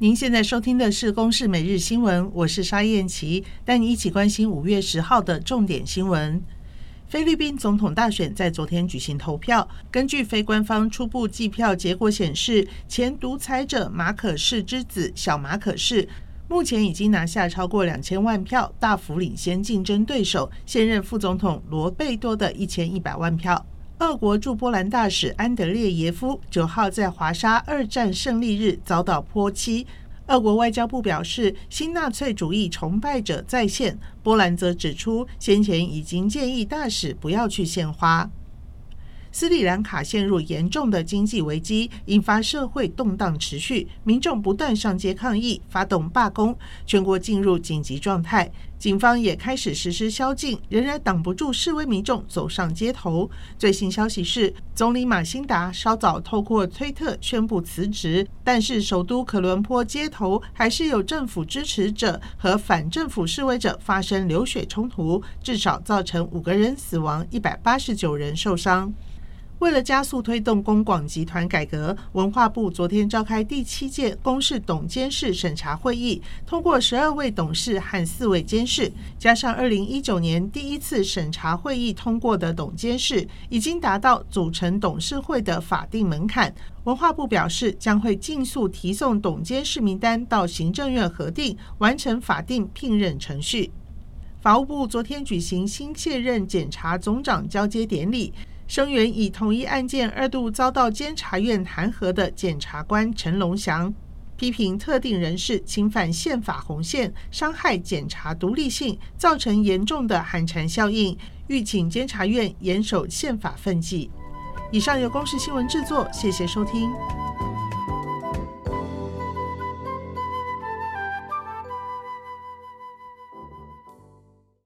您现在收听的是公视每日新闻，我是沙燕琪，带你一起关心5月10号的重点新闻。菲律宾总统大选在昨天举行投票，根据非官方初步计票结果显示，前独裁者马可仕之子小马可仕目前已经拿下超过2000万票，大幅领先竞争对手现任副总统罗贝多的1100万票。俄国驻波兰大使安德烈耶夫9号在华沙二战胜利日遭到泼漆。俄国外交部表示，新纳粹主义崇拜者再现。波兰则指出，先前已经建议大使不要去献花。斯里兰卡陷入严重的经济危机，引发社会动荡持续，民众不断上街抗议，发动罢工，全国进入紧急状态。警方也开始实施宵禁，仍然挡不住示威民众走上街头。最新消息是，总理马辛达稍早透过推特宣布辞职，但是首都科伦坡街头还是有政府支持者和反政府示威者发生流血冲突，至少造成5个人死亡，189人受伤。为了加速推动公广集团改革，文化部昨天召开第7届公视董监事审查会议，通过12位董事和4位监事，加上2019年第一次审查会议通过的董监事，已经达到组成董事会的法定门槛。文化部表示，将会尽速提送董监事名单到行政院核定，完成法定聘任程序。法务部昨天举行新卸任检察总长交接典礼，声援以同一案件2度遭到监察院弹劾的检察官陈龙祥，批评特定人士侵犯宪法红线，伤害检察独立性，造成严重的寒蝉效应，吁请监察院严守宪法分际。以上由公视新闻制作，谢谢收听。